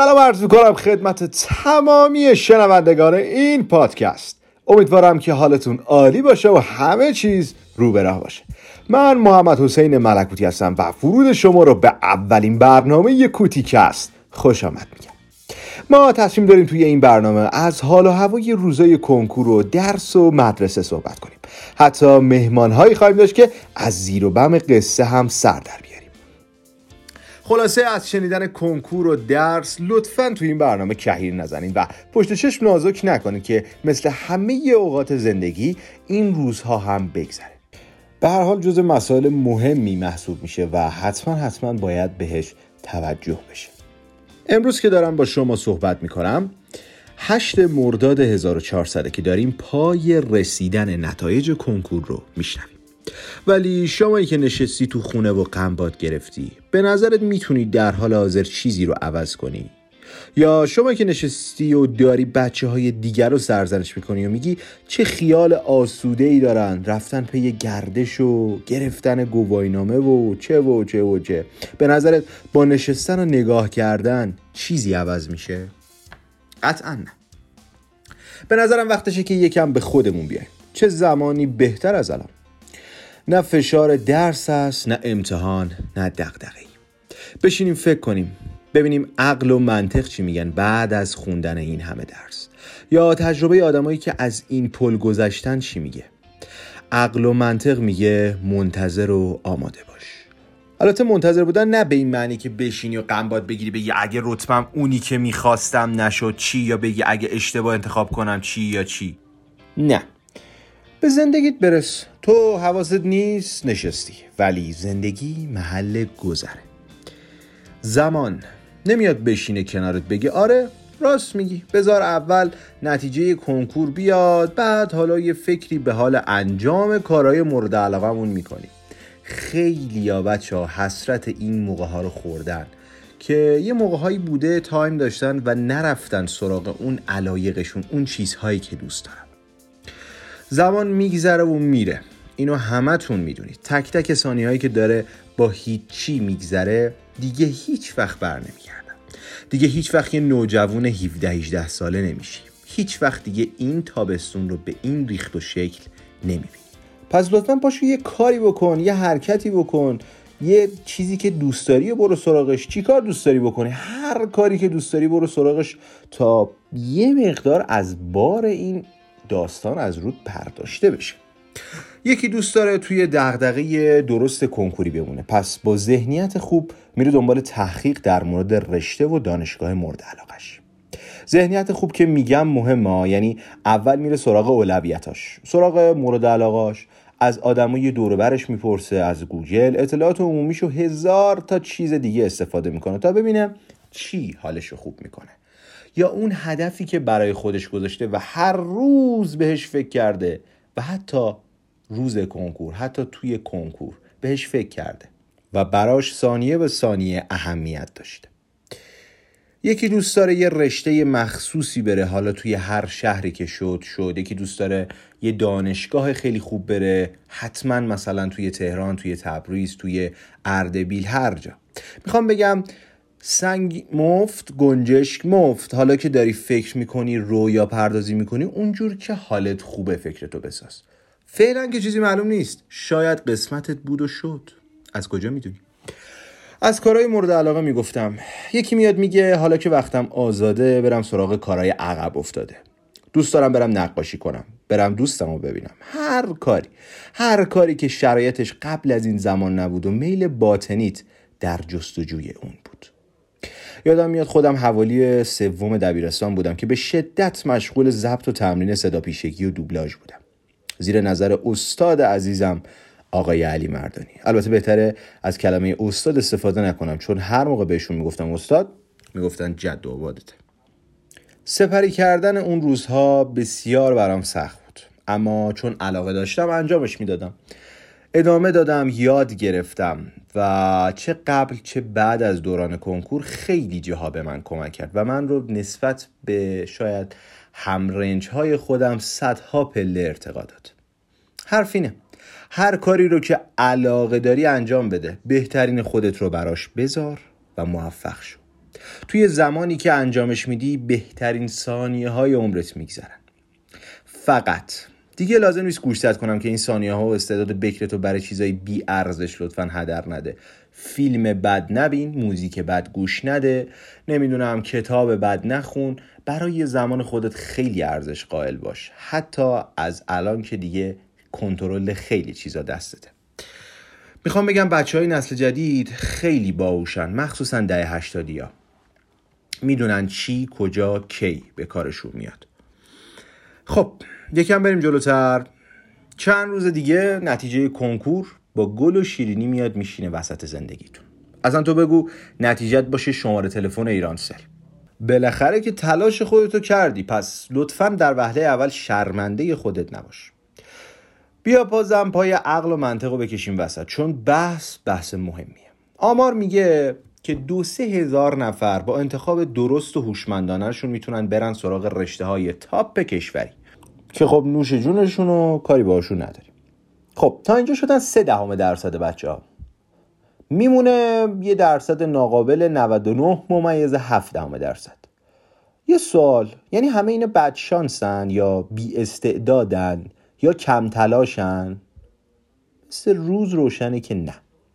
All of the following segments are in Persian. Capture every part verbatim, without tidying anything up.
سلام عرض میکنم خدمت تمامی شنوندگان این پادکست. امیدوارم که حالتون عالی باشه و همه چیز رو به راه باشه. من محمد حسین ملکوتی هستم و ورود شما رو به اولین برنامه کوتیکست خوش آمد میگم. ما تصمیم داریم توی این برنامه از حال و هوای روزای کنکور و درس و مدرسه صحبت کنیم. حتی مهمانهایی خواهیم داشت که از زیر و بم قصه هم سر در بیاریم. خلاصه از شنیدن کنکور و درس لطفاً توی این برنامه کهیر نزنید و پشت چشم نازک نکنید که مثل همه اوقات زندگی این روزها هم بگذره. به هر حال جزء مسائل مهمی محسوب میشه و حتما حتما باید بهش توجه بشه. امروز که دارم با شما صحبت میکنم هشتم مرداد هزار و چهارصد که داریم پای رسیدن نتایج کنکور رو میشنویم. ولی شمایی که نشستی تو خونه و قنبات گرفتی، به نظرت میتونی در حال حاضر چیزی رو عوض کنی؟ یا شمایی که نشستی و داری بچه های دیگر رو سرزنش میکنی و میگی چه خیال آسوده‌ای دارن رفتن پی گردش و گرفتن گواهینامه و چه و چه و چه، به نظرت با نشستن و نگاه کردن چیزی عوض میشه؟ قطعا نه. به نظرم وقتشه که یکم به خودمون بیایم. چه زمانی بهتر از الان؟ نه فشار درس است، نه امتحان، نه دغدغه‌ای. بشینیم فکر کنیم، ببینیم عقل و منطق چی میگن بعد از خوندن این همه درس، یا تجربه آدمایی که از این پل گذشتن چی میگه. عقل و منطق میگه منتظر و آماده باش. البته منتظر بودن نه به این معنی که بشینی و قنبات بگیری بگی اگه رتبم اونی که میخواستم نشد چی، یا بگی اگه اشتباه انتخاب کنم چی یا چی. نه، به زندگیت برس. تو حواست نیست نشستی، ولی زندگی محل گذره. زمان نمیاد بشینه کنارت بگه آره راست میگی، بذار اول نتیجه کنکور بیاد بعد حالا یه فکری به حال انجام کارهای مورد علاقمون میکنی. خیلی ها بچه ها حسرت این موقع ها رو خوردن که یه موقع هایی بوده تایم داشتن و نرفتن سراغ اون علایقشون، اون چیزهایی که دوست دارن. زمان میگذره و میره، اینو همتون میدونید. تک تک ثانیه هایی که داره با هیچی میگذره دیگه هیچ وقت بر نمیگردن. دیگه هیچ وقت یه نوجوان هفده هجده ساله نمیشی. هیچ وقت دیگه این تابستون رو به این ریخت و شکل نمیبینی. پس لطفاً پاشو یه کاری بکن، یه حرکتی بکن، یه چیزی که دوست داری برو سراغش. چی کار دوست داری بکنی؟ هر کاری که دوست داری برو سراغش تا یه مقدار از بار این داستان از رود برداشته بشه. یکی دوست داره توی دغدغه درست کنکوری بمونه، پس با ذهنیت خوب میره دنبال تحقیق در مورد رشته و دانشگاه مورد علاقش. ذهنیت خوب که میگم مهمه، یعنی اول میره سراغ اولویتاش، سراغ مورد علاقاش، از آدمای دور و برش میپرسه، از گوگل، اطلاعات عمومیشو، هزار تا چیز دیگه استفاده میکنه تا ببینه چی حالشو خوب میکنه، یا اون هدفی که برای خودش گذاشته و هر روز بهش فکر کرده و حتی روز کنکور، حتی توی کنکور بهش فکر کرده و براش ثانیه به ثانیه اهمیت داشته. یکی دوست داره یه رشته مخصوصی بره، حالا توی هر شهری که شد شد. یکی دوست داره یه دانشگاه خیلی خوب بره، حتما مثلا توی تهران، توی تبریز، توی اردبیل، هر جا. میخوام بگم سنگ مفت گنجشک مفت. حالا که داری فکر میکنی، رویا پردازی میکنی، اونجور که حالت خوبه فکرتو بساز. فعلا که چیزی معلوم نیست، شاید قسمتت بود و شد، از کجا میدونی؟ از کارهای مورد علاقه میگفتم. یکی میاد میگه حالا که وقتم آزاده برم سراغ کارهای عقب افتاده. دوست دارم برم نقاشی کنم، برم دوستمو ببینم. هر کاری هر کاری که شرایطش قبل از این زمان نبود و میل باطنیت در جستجوی اون بود. یادم میاد خودم حوالی سوم دبیرستان بودم که به شدت مشغول ضبط و تمرین صدا پیشگی و دوبلاژ بودم، زیر نظر استاد عزیزم آقای علی مردانی. البته بهتره از کلمه استاد استفاده نکنم، چون هر موقع بهشون میگفتم استاد میگفتن جد و آبادته. سپری کردن اون روزها بسیار برام سخت بود، اما چون علاقه داشتم انجامش میدادم. ادامه دادم، یاد گرفتم و چه قبل چه بعد از دوران کنکور خیلی جاها به من کمک کرد و من رو نسبت به شاید همرنج های خودم صدها پله ارتقا داد. حرف اینه، هر کاری رو که علاقه داری انجام بده، بهترین خودت رو براش بذار و موفق شو. توی زمانی که انجامش میدی بهترین ثانیه های عمرت میگذرن. فقط دیگه لازم نیست گوشزد کنم که این ثانیه ها و استعداد بکرتو برای چیزای بی ارزش لطفاً هدر نده. فیلم بد نبین، موزیک بد گوش نده، نمیدونم کتاب بد نخون. برای زمان خودت خیلی ارزش قائل باش، حتی از الان که دیگه کنترل خیلی چیزا دستته. میخوام بگم بچه های نسل جدید خیلی باهوشن، مخصوصا دهه هشتادیا. میدونن چی، کجا، کی به کارشون میاد. خب یکم بریم جلوتر. چند روز دیگه نتیجه کنکور با گل و شیرینی میاد میشینه وسط زندگیتون. اصلا تو بگو نتیجت باشه شماره تلفن ایرانسل. بالاخره که تلاش خودتو کردی، پس لطفاً در وهله اول شرمنده خودت نباش. بیا پازم پای عقل و منطق رو بکشیم وسط، چون بحث بحث مهمیه. آمار میگه که دو سه هزار نفر با انتخاب درست و هوشمندانه‌شون میتونن برن سراغ رشته‌های تاپ کشوری که خب نوش جونشون و کاری باشون نداریم. خب تا اینجا شدن سه دهم درصد بچه ها. میمونه یه درصد ناقابل نود و نه ممیز هفت دهم درصد. یه سوال، یعنی همه اینا بد شانسن یا بی استعدادن یا کم تلاشن؟ مثل روز روشنه که نه.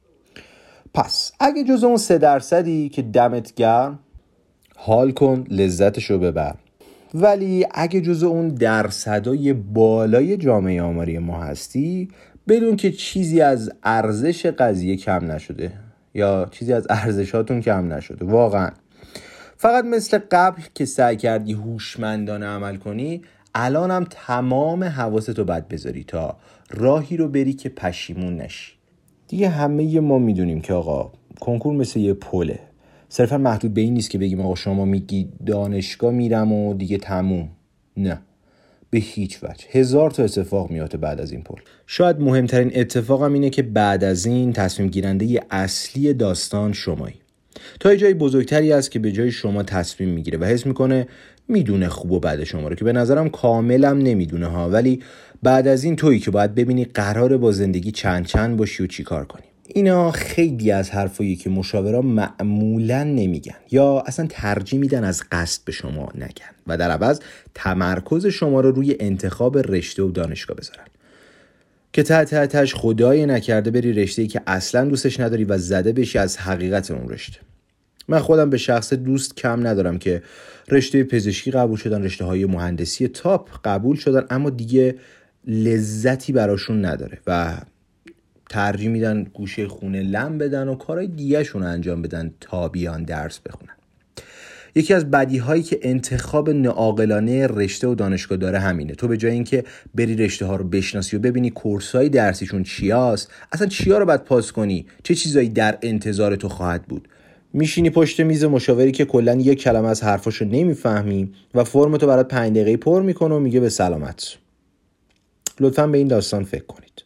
پس اگه جز اون سه درصدی که دمت گرم، حال کن، لذتشو ببر. ولی اگه جز اون درصدای بالای جامعه آماری ما هستی، بدون که چیزی از ارزش قضیه کم نشده یا چیزی از ارزشاتون کم نشده. واقعا فقط مثل قبل که سعی کردی هوشمندانه عمل کنی، الان هم تمام حواستو باید بذاری تا راهی رو بری که پشیمون نشی. دیگه همه ما میدونیم که آقا کنکور مثل یه پله، صرفا محدود به این نیست که بگیم آقا شما میگی دانشگاه میرم و دیگه تموم. نه، به هیچ وجه. هزار تا اتفاق میاته بعد از این پل. شاید مهمترین اتفاقم اینه که بعد از این تصمیم گیرنده اصلی داستان شمایی. تا یه جای بزرگتری هست که به جای شما تصمیم میگیره و حس میکنه میدونه خوب و بد شما رو، که به نظرم کاملم نمیدونه ها، ولی بعد از این تویی که باید ببینی قراره با زندگی چند چند باشی و چی کار کنی. اینا خیلی از حرفایی که مشاورا معمولا نمیگن یا اصلا ترجیح میدن از قصد به شما نگن و در عوض تمرکز شما رو روی انتخاب رشته و دانشگاه بذارن که ته ته تهش خدای نکرده بری رشته‌ای که اصلا دوستش نداری و زده بشی از حقیقت اون رشته. من خودم به شخص دوست کم ندارم که رشته پزشکی قبول شدن، رشته های مهندسی تاپ قبول شدن، اما دیگه لذتی براشون نداره و ترجیح میدن گوشه خونه لم بدن و کارهای دیگه شون انجام بدن تا بیان درس بخونن. یکی از بدیهایی که انتخاب ناعاقلانه رشته و دانشگاه داره همینه. تو به جای اینکه بری رشته ها رو بشناسی و ببینی کورسای درسیشون چیاست، اصلا چیا رو باید پاس کنی، چه چیزایی در انتظار تو خواهد بود، میشینی پشت میز مشاوری که کلن یک کلمه از حرفاشو نمیفهمی و فرمتو برات پنج دقیقه پر میکنه و میگه به سلامت. لطفاً به این داستان فکر کنید.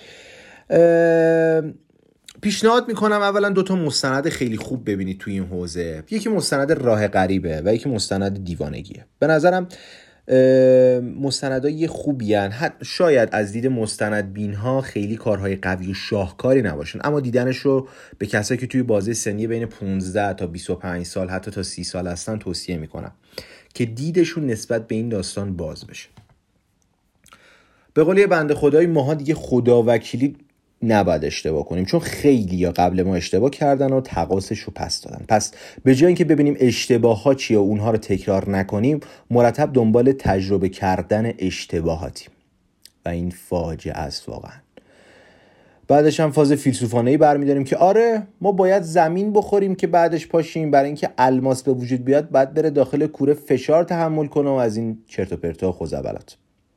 پیشنهاد میکنم اولا دوتا مستند خیلی خوب ببینید توی این حوزه. یکی مستند راه غریبه و یکی مستند دیوانگیه. به نظرم مستندای خوبی هن. شاید از دید مستند بین ها خیلی کارهای قوی و شاهکاری نباشن، اما دیدنش رو به کسایی که توی بازه سنی بین پانزده تا بیست و پنج سال حتی تا سی سال هستن توصیه میکنم که دیدشون نسبت به این داستان باز بشه. به قول یه بنده خدایی ماها دیگه خداوکیلی نباید اشتباه کنیم، چون خیلی یا قبل ما اشتباه کردن و تقاصش رو پس دادن. پس به جای اینکه ببینیم اشتباه ها چیه و اونها رو تکرار نکنیم، مرتب دنبال تجربه کردن اشتباهاتیم و این فاجعه است واقعا. بعدش هم فاز فیلسوفانه‌ای برمی‌داریم که آره ما باید زمین بخوریم که بعدش پاشیم، برای اینکه الماس به وجود بیاد بعد بره داخل کوره فشار تحمل کنه و از این چرت و پرتا و خزعبلات.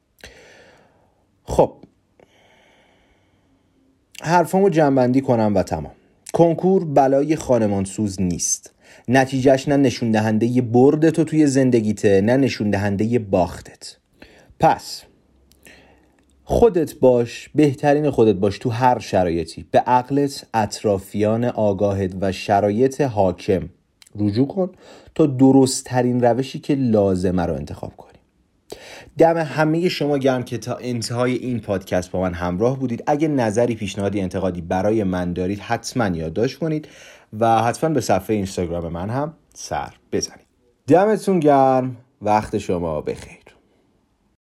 خب حرفامو جمع‌بندی کنم و تمام. کنکور بلای خانمانسوز نیست. نتیجهش نه نشون دهنده ی برد تو توی زندگیته، نه نشون دهنده ی باختت. پس خودت باش، بهترین خودت باش تو هر شرایطی. به عقلت، اطرافیان آگاهت و شرایط حاکم رجوع کن تا درست ترین روشی که لازمه رو انتخاب کنی. دم همه شما گرم که تا انتهای این پادکست با من همراه بودید. اگه نظری، پیشنهادی، انتقادی برای من دارید حتما یادداشت کنید و حتما به صفحه اینستاگرام من هم سر بزنید. دمتون گرم، وقت شما بخیر.